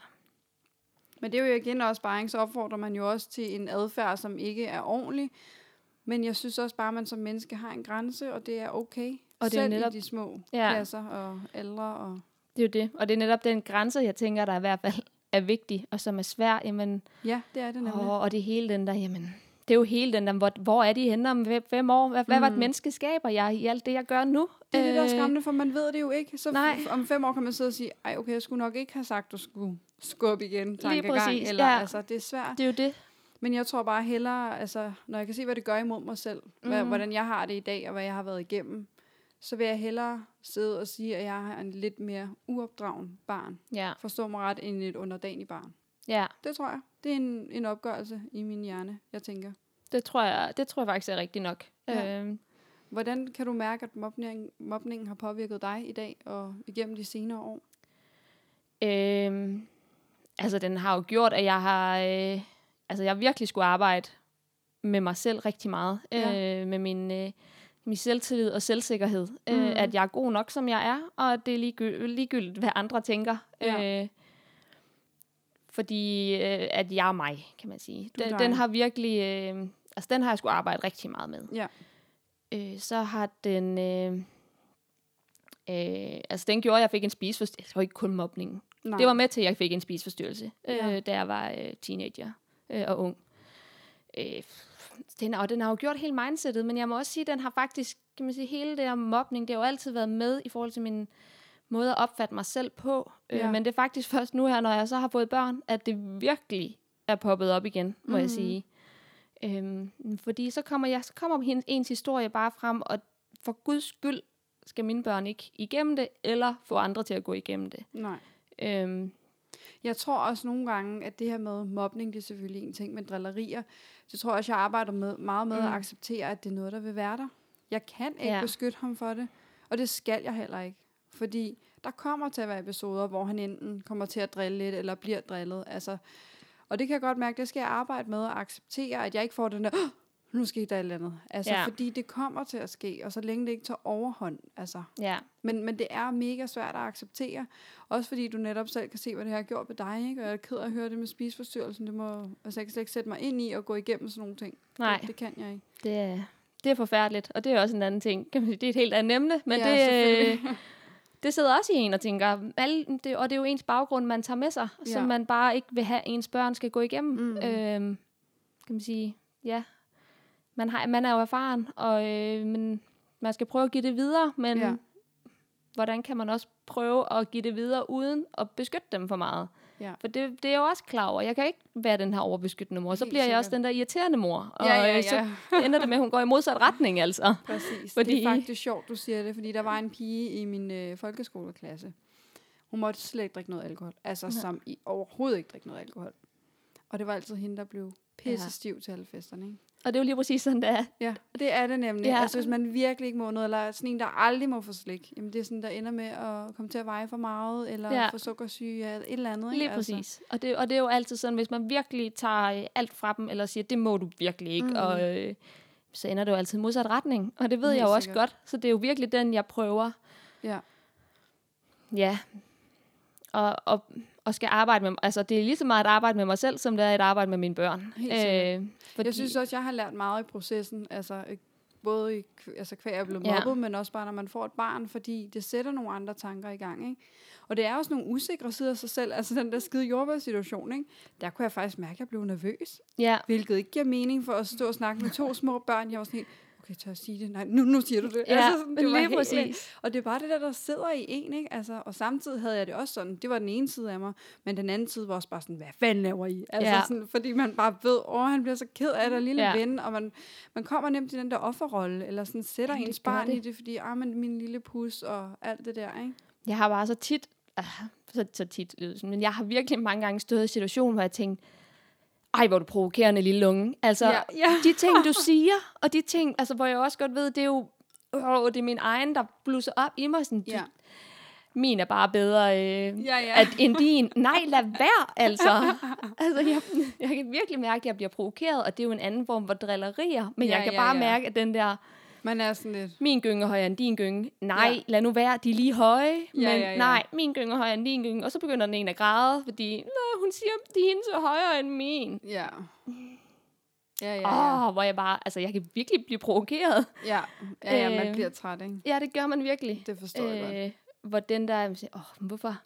Men det er jo igen også sparring, så opfordrer man jo også til en adfærd, som ikke er ordentlig. Men jeg synes også bare, at man som menneske har en grænse, og det er okay. Og det er Selv netop- i de små Ja. klasser og ældre. Og Det er jo det. Og det er netop den grænse, jeg tænker, der i hvert fald er vigtig, og som er svær. Jamen, ja, det er det nemlig. åh, og det er hele den der, jamen, det er jo hele den der, hvor, hvor er de henne om fem- fem år? Hvad, mm. hvad var et menneske skaber jeg i alt det, jeg gør nu? Det er det, der er Øh, skræmmende, for man ved det jo ikke. Så nej. f- om fem år kan man sidde og sige, ej okay, jeg skulle nok ikke have sagt, du skulle skubbe igen, tankegang. præcis, Eller, ja. altså, det er svært. Det er jo det. Men jeg tror bare hellere, altså, når jeg kan se, hvad det gør imod mig selv, hvad, Mhm. hvordan jeg har det i dag, og hvad jeg har været igennem, så vil jeg hellere sidde og sige, at jeg har en lidt mere uopdragen barn. Ja. Forstå mig ret, end et underdanig barn. Ja, Det tror jeg. Det er en, en opgørelse i min hjerne, jeg tænker. det tror jeg, det tror jeg faktisk er rigtigt nok. Ja. Øhm, Hvordan kan du mærke, at mobning, mobningen har påvirket dig i dag og igennem de senere år? øhm, altså, den har jo gjort, at jeg har, øh, altså, jeg virkelig skulle arbejde med mig selv rigtig meget. Ja. Øh, med min, øh, min selvtillid og selvsikkerhed. Mm. Mhm. Øh, at jeg er god nok, som jeg er, og at det er ligegyldigt, ligegyldigt hvad andre tænker. Ja. Øh, fordi øh, at jeg er mig, kan man sige. Du er Den, dig. den har virkelig, øh, altså den har jeg skulle arbejde rigtig meget med. Ja. Øh, så har den, øh, øh, altså den gjorde, at jeg fik en spiseforstyrrelse. Det var ikke kun mobningen. Nej. Det var med til, at jeg fik en spiseforstyrrelse, Ja. øh, da jeg var øh, teenager øh, og ung. Øh, den, og den har jo gjort hele mindsetet, men jeg må også sige, at den har faktisk, kan man sige, hele det her mobning, det har jo altid været med i forhold til min måde at opfatte mig selv på. Øh, Ja. men det er faktisk først nu her, når jeg så har fået børn, at det virkelig er poppet op igen, må Mhm. jeg sige. Øhm, fordi så kommer, jeg, så kommer hendes, ens historie bare frem, og for Guds skyld skal mine børn ikke igennem det, eller få andre til at gå igennem det. Nej. Øhm, Jeg tror også nogle gange, at det her med mobning, det er selvfølgelig en ting, men drillerier, så tror jeg også, jeg arbejder med, meget med Mm. at acceptere, at det er noget, der vil være der. Jeg kan ikke Ja. beskytte ham for det, og det skal jeg heller ikke. Fordi der kommer til at være episoder, hvor han enten kommer til at drille lidt, eller bliver drillet. Altså, og det kan jeg godt mærke, det skal jeg arbejde med at acceptere, at jeg ikke får den der, "Åh, nu skete der et eller andet. Altså, Ja. fordi det kommer til at ske, og så længe det ikke tager overhånd. Altså. ja, Men, men det er mega svært at acceptere. Også fordi du netop selv kan se, hvad det har gjort ved dig. Ikke? Og jeg er ked af at høre det med spiseforstyrrelsen. Det må, altså, jeg kan slet ikke sætte mig ind i og gå igennem sådan nogle ting. nej, Det, det kan jeg ikke. det er, det er forfærdeligt, og det er også en anden ting. Kan man sige, det er et helt andet emne, men Ja, det, selvfølgelig. øh, det sidder også i en og tænker, alle, det, og det er jo ens baggrund, man tager med sig, ja. som Ja. man bare ikke vil have, ens børn skal gå igennem. Mm. Øhm, kan man sige, ja. man, har, man er jo erfaren, og øh, men man skal prøve at give det videre, men ja. hvordan kan man også prøve at give det videre, uden at beskytte dem for meget? Ja. For det, det er jo også klar over. Jeg kan ikke være den her overbeskyttende mor. Så Helt bliver jeg sikkert. også den der irriterende mor. Og ja, ja, ja. så ender det med, at hun går i modsat retning, altså. Præcis. Fordi... Det er faktisk sjovt, du siger det, fordi der var en pige i min øh, folkeskoleklasse. Hun måtte slet ikke drikke noget alkohol. Altså, ja. som i overhovedet ikke drikke noget alkohol. Og det var altid hende, der blev pisse stiv ja. til alle festerne, ikke? Og det er jo lige præcis sådan, det er. Ja, det er det nemlig. Ja. Altså, hvis man virkelig ikke må noget, eller sådan en, der aldrig må få slik, jamen det er sådan, der ender med at komme til at veje for meget, eller ja. få sukkersyge, eller et eller andet. Ikke? Lige præcis. Altså. Og, det, og det er jo altid sådan, hvis man virkelig tager alt fra dem, eller siger, det må du virkelig ikke, mm. og øh, så ender det jo altid i modsat retning. Og det ved Helt jeg jo også sikkert. godt, så det er jo virkelig den, jeg prøver. Ja. Ja. Og... og og skal arbejde med, altså det er lige så meget at arbejde med mig selv, som det er at arbejde med mine børn. Helt øh, fordi... Jeg synes også, jeg har lært meget i processen, altså både i, altså kvæg jeg blev mobbet, ja. men også bare når man får et barn, fordi det sætter nogle andre tanker i gang, ikke? Og det er også nogle usikre sider af sig selv, altså den der skide jordbærsituation, ikke? Der kunne jeg faktisk mærke, at jeg blev nervøs, ja. hvilket ikke giver mening for at stå og snakke med to små børn. Jeg var sådan helt, okay, tør jeg sige det? Nej, nu, nu siger du det. Ja, altså, sådan, det var lige præcis. Helt, og det er bare det der, der sidder i en, ikke? Altså, og samtidig havde jeg det også sådan, det var den ene side af mig, men den anden side var også bare sådan, hvad fanden laver I? Altså ja. sådan, fordi man bare ved, åh, han bliver så ked af det, lille ja. ven, og man, man kommer nemt til den der offerrolle, eller sådan sætter ja, ens barn det. i det, fordi, ah, men min lille pus, og alt det der, ikke? Jeg har bare så tit, uh, så, så tit, men jeg har virkelig mange gange stået i situationen, hvor jeg tænkte, ej, hvor du provokerende, lille unge. Altså, ja, ja. de ting, du siger, og de ting, altså, hvor jeg også godt ved, det er jo, åh, det er min egen, der blusser op i mig. Sådan, ja. Min er bare bedre øh, ja, ja. At, end din. Nej, lad være, altså. altså jeg, jeg kan virkelig mærke, at jeg bliver provokeret, og det er jo en anden form for drillerier. Men ja, jeg kan ja, bare ja. mærke, at den der... Man er sådan lidt... Min gynge er højere end din gynge. Nej, ja. lad nu være, de er lige høje. Ja, men ja, ja. nej, min gynge er højere end din gynge. Og så begynder den en at græde, fordi hun siger, de er så højere end min. Ja. Ja, ja, ja. Åh, oh, hvor jeg bare, altså jeg kan virkelig blive provokeret. Ja, ja, ja man bliver træt, ikke? Ja, det gør man virkelig. Det forstår jeg øh, godt. Hvor den der, åh, oh, hvorfor?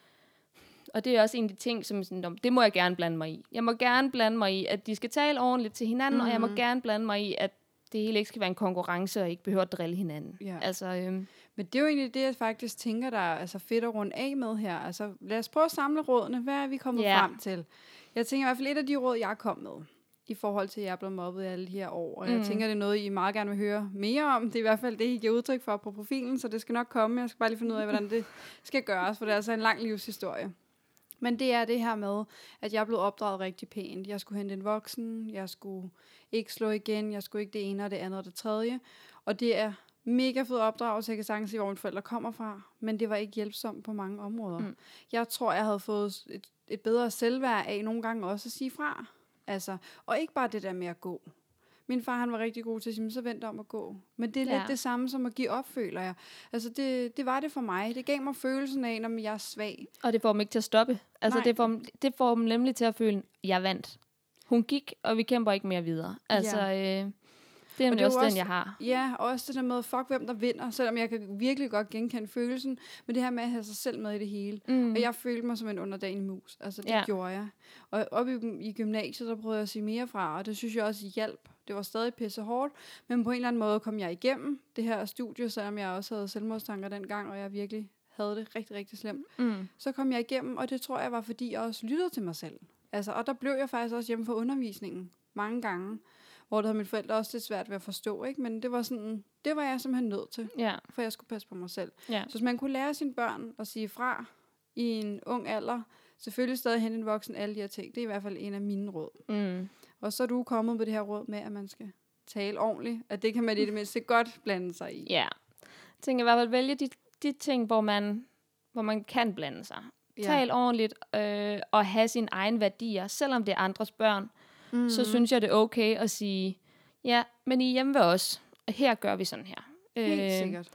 Og det er også en af de ting, som sådan, det må jeg gerne blande mig i. Jeg må gerne blande mig i, at de skal tale ordentligt til hinanden, mm-hmm. og jeg må gerne blande mig i, at det hele ikke skal være en konkurrence, og ikke behøver at drille hinanden. Ja. Altså, øhm. Men det er jo egentlig det, jeg faktisk tænker, der er altså fedt at runde af med her. Altså, lad os prøve at samle rådene. Hvad er vi kommet yeah. frem til? Jeg tænker i hvert fald et af de råd, jeg kom med, i forhold til, at jeg er blevet mobbet i alle de her år. Og mm. jeg tænker, det er noget, I meget gerne vil høre mere om. Det er i hvert fald det, I giver udtryk for på profilen, så det skal nok komme. Jeg skal bare lige finde ud af, hvordan det skal gøres, for det er altså en lang livshistorie. Men det er det her med, at jeg er blevet opdraget rigtig pænt. Jeg skulle hente en voksen, jeg skulle ikke slå igen, jeg skulle ikke det ene og det andet og det tredje. Og det er mega fed opdragelse, jeg kan sagtens se, hvor mine forældre kommer fra, men det var ikke hjælpsomt på mange områder. Mm. Jeg tror, jeg havde fået et, et bedre selvværd af nogle gange også at sige fra. Altså, og ikke bare det der med at gå. Min far, han var rigtig god til at sige, så vent om at gå. Men det er ja. lidt det samme som at give op, føler jeg. Altså, det, det var det for mig. Det gav mig følelsen af, når jeg er svag. Og det får dem ikke til at stoppe. Altså, det får, det får dem nemlig til at føle, jeg vandt. Hun gik, og vi kæmper ikke mere videre. Altså, ja. øh, det er det også, også den, jeg har. Ja, og også det der med, fuck hvem der vinder, selvom jeg kan virkelig godt genkende følelsen, men det her med at have sig selv med i det hele. Mm. Og jeg følte mig som en underdanig mus. Altså, det ja. gjorde jeg. Og oppe i, i gymnasiet, der prøvede jeg at sige mere fra, og det synes jeg også hjalp. Det var stadig pisse hårdt, men på en eller anden måde kom jeg igennem det her studie, selvom jeg også havde selvmordstanker dengang, og jeg virkelig havde det rigtig, rigtig slemt. Mm. Så kom jeg igennem, og det tror jeg var, fordi jeg også lyttede til mig selv. Altså, og der blev jeg faktisk også hjemme for undervisningen mange gange, hvor det havde mine forældre også lidt svært ved at forstå, ikke? Men det var sådan, det var jeg simpelthen nødt til, yeah. for jeg skulle passe på mig selv. Yeah. Så hvis man kunne lære sine børn at sige fra i en ung alder, selvfølgelig stadig hen en voksen, alle de her ting, det er i hvert fald en af mine råd. Mm. Og så er du kommet med det her råd med, at man skal tale ordentligt, at det kan man i det mindste godt blande sig i. Ja, yeah. Jeg tænker i hvert fald vælge de, de ting, hvor man, hvor man kan blande sig. Yeah. Tal ordentligt øh, og have sine egne værdier, selvom det er andres børn. Mm-hmm. Så synes jeg, det er okay at sige, ja, men I er hjemme ved os, og her gør vi sådan her. Helt øh, sikkert.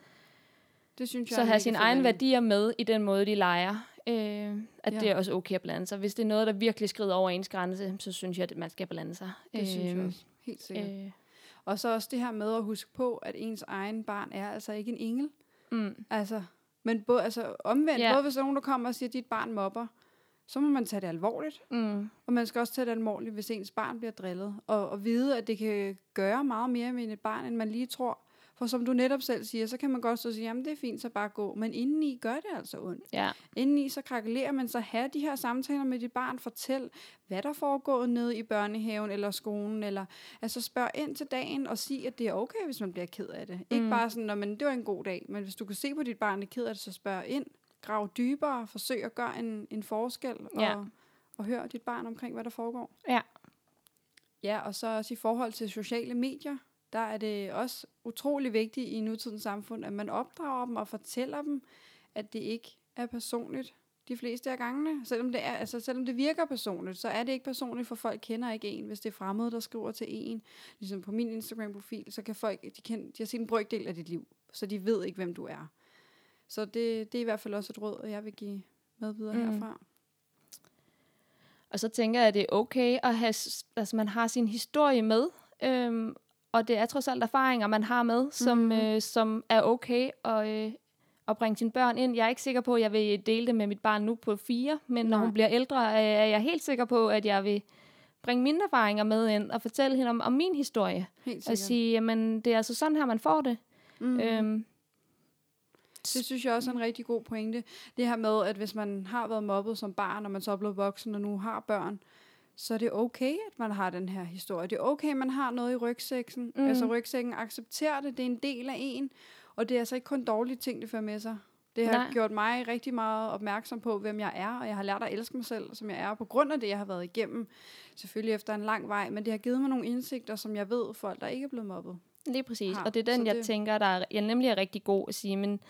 Det synes jeg så have sine egne værdier med i den måde, de leger. Øh, at ja. det er også okay at blande sig. Hvis det er noget, der virkelig skrider over ens grænse, så synes jeg, at man skal blande sig. Det øh, synes jeg også. Helt sikkert. Øh, og så også det her med at huske på, at ens egen barn er altså ikke en engel. Mm. Altså, men både, altså omvendt, ja. både hvis der er nogen, der kommer og siger, at dit barn mobber, så må man tage det alvorligt. Mm. Og man skal også tage det alvorligt, hvis ens barn bliver drillet. Og, og vide, at det kan gøre meget mere med et barn, end man lige tror. For som du netop selv siger, så kan man godt stå og sige, jamen det er fint, så bare gå. Men indeni gør det altså ondt. Ja. Indeni så krakelerer man, så have de her samtaler med dit barn. Fortæl, hvad der foregår nede i børnehaven eller skolen. Eller, altså spørg ind til dagen og sig, at det er okay, hvis man bliver ked af det. Mm. Ikke bare sådan, men det var en god dag. Men hvis du kan se på dit barn, er ked af det, så spørg ind. Grav dybere, forsøg at gøre en, en forskel. Ja. Og, og hør dit barn omkring, hvad der foregår. Ja. Ja, og så også i forhold til sociale medier. Der er det også utrolig vigtigt i nutidens samfund, at man opdrager dem og fortæller dem, at det ikke er personligt de fleste af gangene. Selvom det, er, altså, selvom det virker personligt, så er det ikke personligt, for folk kender ikke en, hvis det er fremmede, der skriver til en. Ligesom på min Instagram-profil, så kan folk, de, kender, de har set en brøkdel af dit liv, så de ved ikke, hvem du er. Så det, det er i hvert fald også et råd, jeg vil give med videre mm. herfra. Og så tænker jeg, at det er okay at have, altså man har sin historie med, øhm, og det er trods alt erfaringer, man har med, som, mm. øh, som er okay at, øh, at bringe sine børn ind. Jeg er ikke sikker på, at jeg vil dele det med mit barn nu på fire, men Nej. Når hun bliver ældre, er jeg helt sikker på, at jeg vil bringe mine erfaringer med ind og fortælle hende om, om min historie. Og sige, jamen det er altså sådan her, man får det. Mm. Øhm, Det synes jeg også er en rigtig god pointe. Det her med, at hvis man har været mobbet som barn, og man så er blevet voksen, og nu har børn, så er det okay, at man har den her historie. Det er okay, at man har noget i rygsækken. Mm. Altså rygsækken accepterer det, det er en del af en, og det er altså ikke kun dårlige ting, det fører med sig. Det har Nej. gjort mig rigtig meget opmærksom på, hvem jeg er, og jeg har lært at elske mig selv, som jeg er, på grund af det, jeg har været igennem. Selvfølgelig efter en lang vej, men det har givet mig nogle indsigter, som jeg ved, folk, der ikke er blevet mobbet. Lige præcis, har. Og det er den, så jeg det... tænker, der er, jeg nemlig er rigtig god at sige, men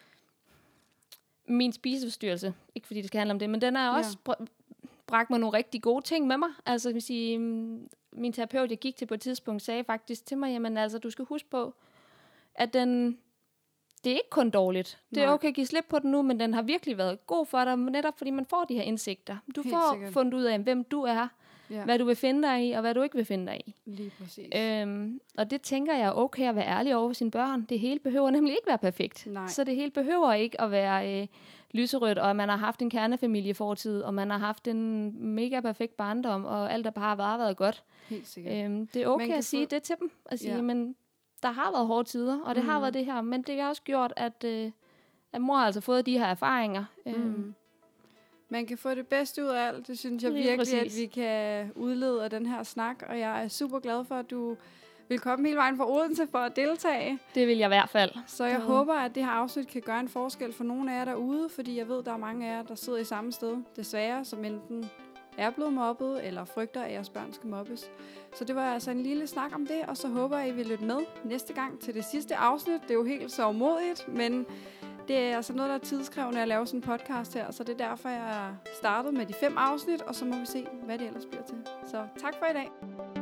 min spiseforstyrrelse, ikke fordi det skal handle om det, men den er også ja. br- bragt mig nogle rigtig gode ting med mig. Altså, jeg vil sige, min terapeut, jeg gik til på et tidspunkt, sagde faktisk til mig, jamen altså, du skal huske på, at den, det er ikke kun dårligt. Det er okay at give slip på den nu, men den har virkelig været god for dig, netop fordi man får de her indsigter. Du Helt får sikkert. fundet ud af, hvem du er, ja. hvad du vil finde dig i, og hvad du ikke vil finde dig i. Lige præcis. Øhm, og det tænker jeg er okay at være ærlig over sine børn. Det hele behøver nemlig ikke være perfekt. Nej. Så det hele behøver ikke at være øh, lyserødt, og man har haft en kernefamiliefortid, og man har haft en mega perfekt barndom, og alt der bare har bare været godt. Helt sikkert. Øhm, det er okay at sige få... det til dem. At sige, ja. men der har været hårde tider, og det mm. har været det her, men det har også gjort, at, øh, at mor har altså fået de her erfaringer. Mm. Øhm. Man kan få det bedste ud af alt. Det synes jeg Lige virkelig, præcis. at vi kan udlede af den her snak. Og jeg er super glad for, at du vil komme hele vejen fra Odense for at deltage. Det vil jeg i hvert fald. Så jeg det håber, at det her afsnit kan gøre en forskel for nogle af jer derude. Fordi jeg ved, at der er mange af jer, der sidder i samme sted. Desværre, som enten er blevet mobbet, eller frygter, at jeres børn skal mobbes. Så det var altså en lille snak om det. Og så håber jeg, at I vil lytte med næste gang til det sidste afsnit. Det er jo helt så modigt, men... Det er altså noget, der er tidskrævende at lave sådan en podcast her, så det er derfor, jeg startede med de fem afsnit, og så må vi se, hvad det ellers bliver til. Så tak for i dag.